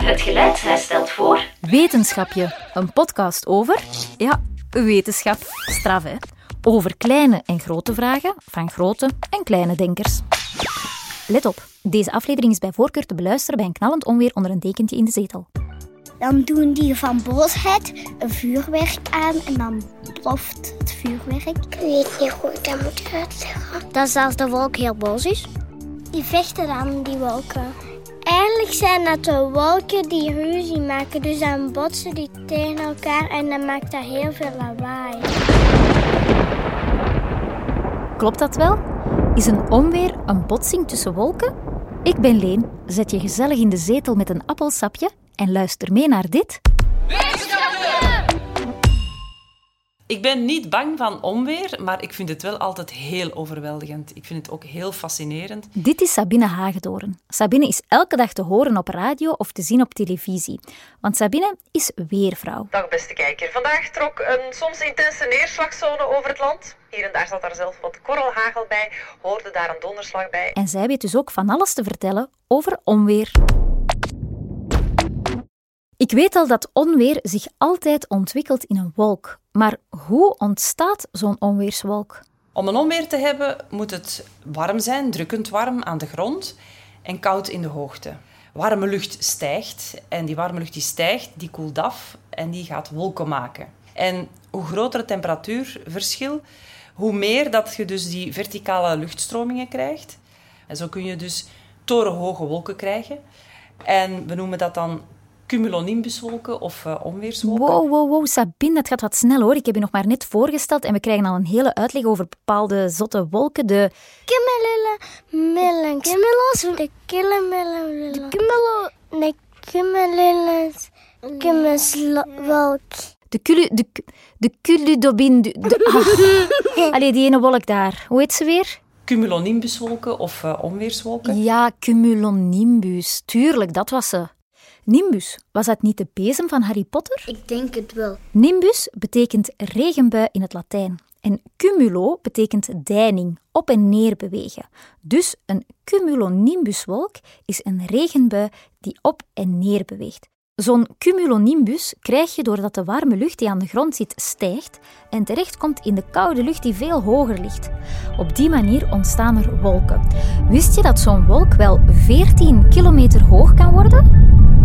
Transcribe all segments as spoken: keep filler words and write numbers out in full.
Het geluid stelt voor... Wetenschapje, een podcast over... Ja, wetenschap. Straf, hè? Over kleine en grote vragen van grote en kleine denkers. Let op, deze aflevering is bij voorkeur te beluisteren bij een knallend onweer onder een dekentje in de zetel. Dan doen die van boosheid een vuurwerk aan en dan ploft het vuurwerk. Ik weet niet hoe ik dat moet uitleggen. Dat als de wolk heel boos is. Die vechten dan, die wolken. Eigenlijk zijn dat de wolken die ruzie maken. Dus dan botsen die tegen elkaar en dan maakt dat heel veel lawaai. Klopt dat wel? Is een onweer een botsing tussen wolken? Ik ben Leen, zet je gezellig in de zetel met een appelsapje en luister mee naar dit. Ik ben niet bang van onweer, maar ik vind het wel altijd heel overweldigend. Ik vind het ook heel fascinerend. Dit is Sabine Hagedoorn. Sabine is elke dag te horen op radio of te zien op televisie. Want Sabine is weervrouw. Dag beste kijker. Vandaag trok een soms intense neerslagzone over het land. Hier en daar zat daar zelf wat korrelhagel bij, hoorde daar een donderslag bij. En zij weet dus ook van alles te vertellen over onweer. Ik weet al dat onweer zich altijd ontwikkelt in een wolk. Maar hoe ontstaat zo'n onweerswolk? Om een onweer te hebben moet het warm zijn, drukkend warm aan de grond en koud in de hoogte. Warme lucht stijgt en die warme lucht die stijgt, die koelt af en die gaat wolken maken. En hoe groter het temperatuurverschil, hoe meer dat je dus die verticale luchtstromingen krijgt. En zo kun je dus torenhoge wolken krijgen. En we noemen dat dan cumulonimbuswolken of uh, onweerswolken. Wow, wow, wow, Sabine, dat gaat wat snel hoor. Ik heb je nog maar net voorgesteld en we krijgen al een hele uitleg over bepaalde zotte wolken. De cumulonimbus, cumulus, de cumulonimbus, de cumulo, de cumulonimbus, cumuluswolk. De culu, de, de culudobin, de, de, ah. Allee, die ene wolk daar. Hoe heet ze weer? Cumulonimbuswolken of uh, onweerswolken. Ja, cumulonimbus. Tuurlijk, dat was ze. Nimbus, was dat niet de bezem van Harry Potter? Ik denk het wel. Nimbus betekent regenbui in het Latijn. En cumulo betekent deining, op en neer bewegen. Dus een cumulonimbuswolk is een regenbui die op en neer beweegt. Zo'n cumulonimbus krijg je doordat de warme lucht die aan de grond zit stijgt en terechtkomt in de koude lucht die veel hoger ligt. Op die manier ontstaan er wolken. Wist je dat zo'n wolk wel veertien kilometer hoog kan worden?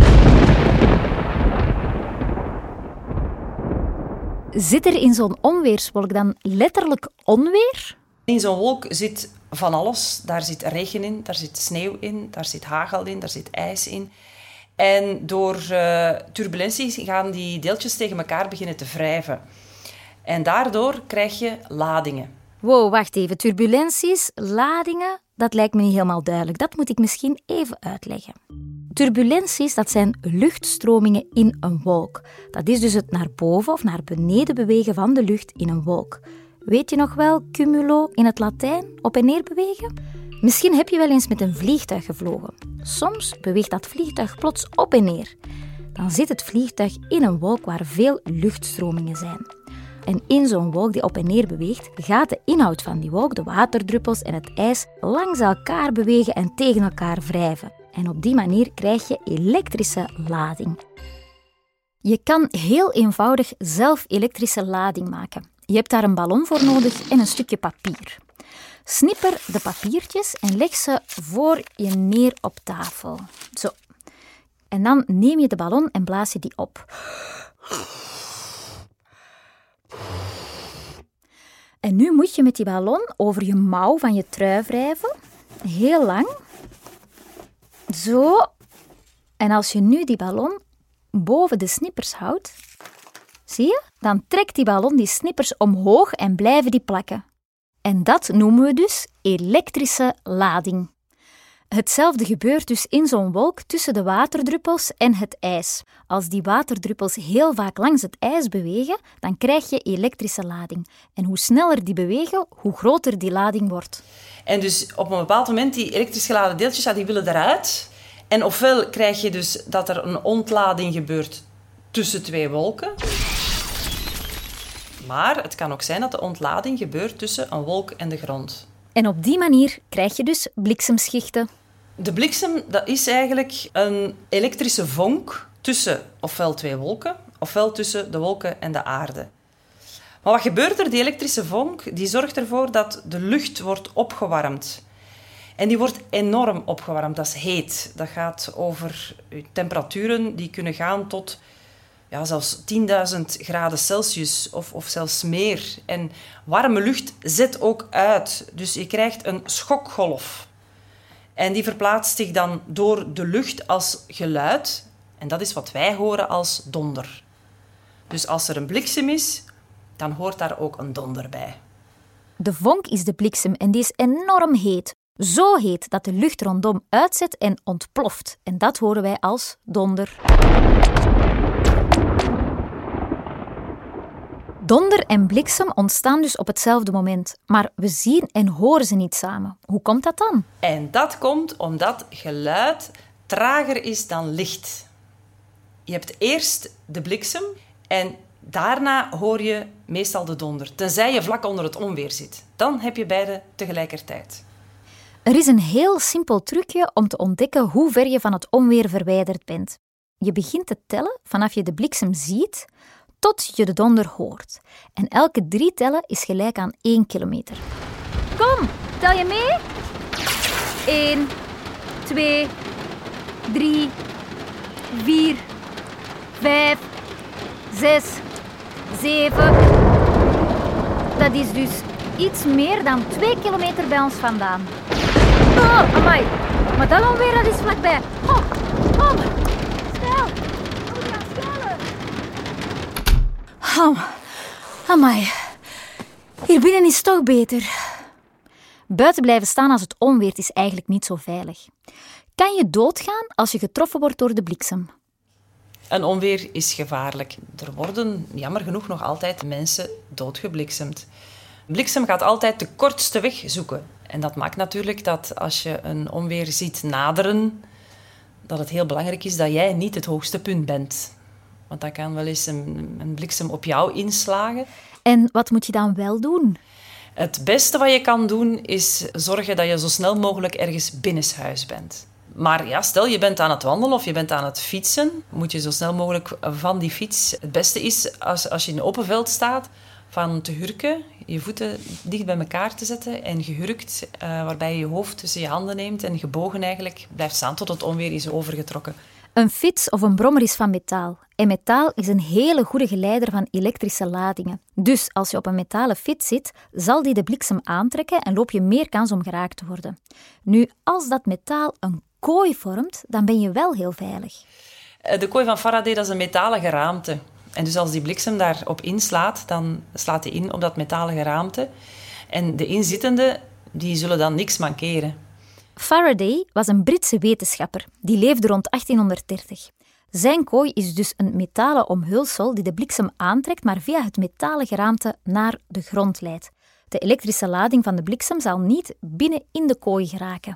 Zit er in zo'n onweerswolk dan letterlijk onweer? In zo'n wolk zit van alles. Daar zit regen in, daar zit sneeuw in, daar zit hagel in, daar zit ijs in. En door uh, turbulenties gaan die deeltjes tegen elkaar beginnen te wrijven. En daardoor krijg je ladingen. Wow, wacht even. Turbulenties, ladingen, dat lijkt me niet helemaal duidelijk. Dat moet ik misschien even uitleggen. Turbulenties, dat zijn luchtstromingen in een wolk. Dat is dus het naar boven of naar beneden bewegen van de lucht in een wolk. Weet je nog wel, cumulo in het Latijn, op en neer bewegen? Misschien heb je wel eens met een vliegtuig gevlogen. Soms beweegt dat vliegtuig plots op en neer. Dan zit het vliegtuig in een wolk waar veel luchtstromingen zijn. En in zo'n wolk die op en neer beweegt, gaat de inhoud van die wolk, de waterdruppels en het ijs, langs elkaar bewegen en tegen elkaar wrijven. En op die manier krijg je elektrische lading. Je kan heel eenvoudig zelf elektrische lading maken. Je hebt daar een ballon voor nodig en een stukje papier. Snipper de papiertjes en leg ze voor je neer op tafel. Zo. En dan neem je de ballon en blaas je die op. En nu moet je met die ballon over je mouw van je trui wrijven. Heel lang. Zo. En als je nu die ballon boven de snippers houdt, zie je? Dan trekt die ballon die snippers omhoog en blijven die plakken. En dat noemen we dus elektrische lading. Hetzelfde gebeurt dus in zo'n wolk tussen de waterdruppels en het ijs. Als die waterdruppels heel vaak langs het ijs bewegen, dan krijg je elektrische lading. En hoe sneller die bewegen, hoe groter die lading wordt. En dus op een bepaald moment, die elektrisch geladen deeltjes, ja, die willen eruit. En ofwel krijg je dus dat er een ontlading gebeurt tussen twee wolken. Maar het kan ook zijn dat de ontlading gebeurt tussen een wolk en de grond. En op die manier krijg je dus bliksemschichten. De bliksem, dat is eigenlijk een elektrische vonk tussen ofwel twee wolken, ofwel tussen de wolken en de aarde. Maar wat gebeurt er? Die elektrische vonk die zorgt ervoor dat de lucht wordt opgewarmd. En die wordt enorm opgewarmd. Dat is heet. Dat gaat over temperaturen die kunnen gaan tot ja, zelfs tienduizend graden Celsius of, of zelfs meer. En warme lucht zet ook uit. Dus je krijgt een schokgolf. En die verplaatst zich dan door de lucht als geluid. En dat is wat wij horen als donder. Dus als er een bliksem is, dan hoort daar ook een donder bij. De vonk is de bliksem en die is enorm heet. Zo heet dat de lucht rondom uitzet en ontploft. En dat horen wij als donder. Donder en bliksem ontstaan dus op hetzelfde moment. Maar we zien en horen ze niet samen. Hoe komt dat dan? En dat komt omdat geluid trager is dan licht. Je hebt eerst de bliksem en daarna hoor je meestal de donder. Tenzij je vlak onder het onweer zit. Dan heb je beide tegelijkertijd. Er is een heel simpel trucje om te ontdekken hoe ver je van het onweer verwijderd bent. Je begint te tellen vanaf je de bliksem ziet tot je de donder hoort. En elke drie tellen is gelijk aan één kilometer. Kom, tel je mee? Eén, twee, drie, vier, vijf, zes, zeven. Dat is dus iets meer dan twee kilometer bij ons vandaan. Oh, amai. Maar dat onweer, dat is vlakbij. Oh, kom. Snel. We gaan schuilen. Oh, amai. Hier binnen is het toch beter. Buiten blijven staan als het onweert is eigenlijk niet zo veilig. Kan je doodgaan als je getroffen wordt door de bliksem? Een onweer is gevaarlijk. Er worden jammer genoeg nog altijd mensen doodgebliksemd. Bliksem gaat altijd de kortste weg zoeken. En dat maakt natuurlijk dat als je een onweer ziet naderen, dat het heel belangrijk is dat jij niet het hoogste punt bent. Want dan kan wel eens een, een bliksem op jou inslagen. En wat moet je dan wel doen? Het beste wat je kan doen is zorgen dat je zo snel mogelijk ergens binnenshuis bent. Maar ja, stel je bent aan het wandelen of je bent aan het fietsen, moet je zo snel mogelijk van die fiets. Het beste is als, als je in een open veld staat, van te hurken, je voeten dicht bij elkaar te zetten en gehurkt, uh, waarbij je je hoofd tussen je handen neemt en gebogen eigenlijk blijft staan tot het onweer is overgetrokken. Een fiets of een brommer is van metaal. En metaal is een hele goede geleider van elektrische ladingen. Dus als je op een metalen fiets zit, zal die de bliksem aantrekken en loop je meer kans om geraakt te worden. Nu, als dat metaal een kooi vormt, dan ben je wel heel veilig. De kooi van Faraday, dat is een metalen geraamte. En dus als die bliksem daarop inslaat, dan slaat hij in op dat metalen geraamte. En de inzittenden, die zullen dan niks mankeren. Faraday was een Britse wetenschapper. Die leefde rond achttienhonderddertig. Zijn kooi is dus een metalen omhulsel die de bliksem aantrekt, maar via het metalen geraamte naar de grond leidt. De elektrische lading van de bliksem zal niet binnen in de kooi geraken.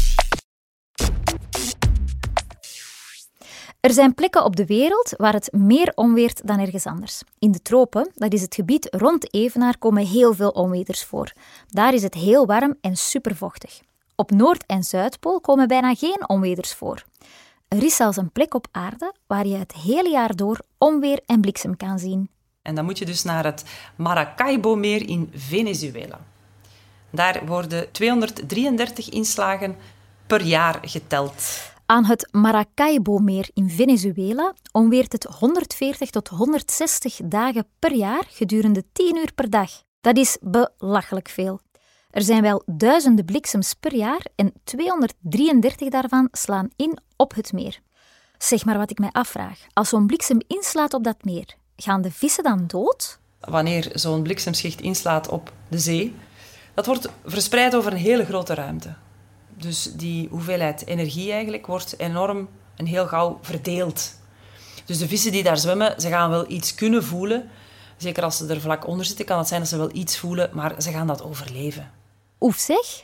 Er zijn plekken op de wereld waar het meer onweert dan ergens anders. In de tropen, dat is het gebied rond Evenaar, komen heel veel onweters voor. Daar is het heel warm en supervochtig. Op Noord- en Zuidpool komen bijna geen onweters voor. Er is zelfs een plek op aarde waar je het hele jaar door onweer en bliksem kan zien. En dan moet je dus naar het Maracaibo-meer in Venezuela. Daar worden tweehonderddrieëndertig inslagen per jaar geteld. Aan het Maracaibo-meer in Venezuela onweert het honderdveertig tot honderdzestig dagen per jaar gedurende tien uur per dag. Dat is belachelijk veel. Er zijn wel duizenden bliksems per jaar en tweehonderddrieëndertig daarvan slaan in op het meer. Zeg maar wat ik mij afvraag. Als zo'n bliksem inslaat op dat meer, gaan de vissen dan dood? Wanneer zo'n bliksemschicht inslaat op de zee, dat wordt verspreid over een hele grote ruimte. Dus die hoeveelheid energie eigenlijk wordt enorm en heel gauw verdeeld. Dus de vissen die daar zwemmen, ze gaan wel iets kunnen voelen. Zeker als ze er vlak onder zitten, kan het zijn dat ze wel iets voelen, maar ze gaan dat overleven. Oef zeg.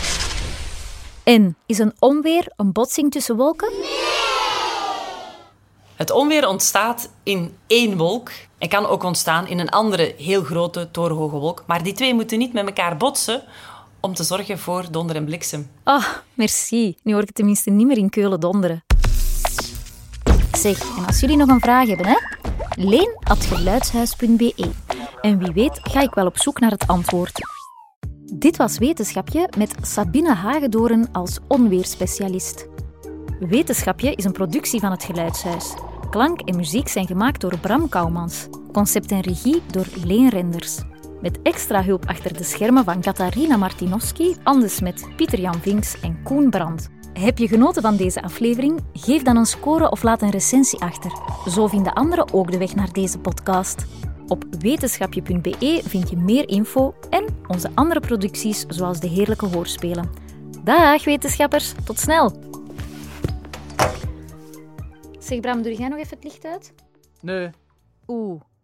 En is een onweer een botsing tussen wolken? Het onweer ontstaat in één wolk en kan ook ontstaan in een andere heel grote torenhoge wolk. Maar die twee moeten niet met elkaar botsen om te zorgen voor donder en bliksem. Oh, merci. Nu hoor ik het tenminste niet meer in Keulen donderen. Zeg, en als jullie nog een vraag hebben, hè? leen at geluidshuis punt b e. En wie weet ga ik wel op zoek naar het antwoord. Dit was Wetenschapje met Sabine Hagedoorn als onweerspecialist. Wetenschapje is een productie van het Geluidshuis. Klank en muziek zijn gemaakt door Bram Kouwmans. Concept en regie door Leen Renders. Met extra hulp achter de schermen van Katarina Martinowski, Andes met Pieter-Jan Vinks en Koen Brandt. Heb je genoten van deze aflevering? Geef dan een score of laat een recensie achter. Zo vinden anderen ook de weg naar deze podcast. Op wetenschapje punt b e vind je meer info en onze andere producties zoals de heerlijke hoorspelen. Dag wetenschappers, tot snel! Zeg Bram, doe jij nog even het licht uit? Nee. Oeh.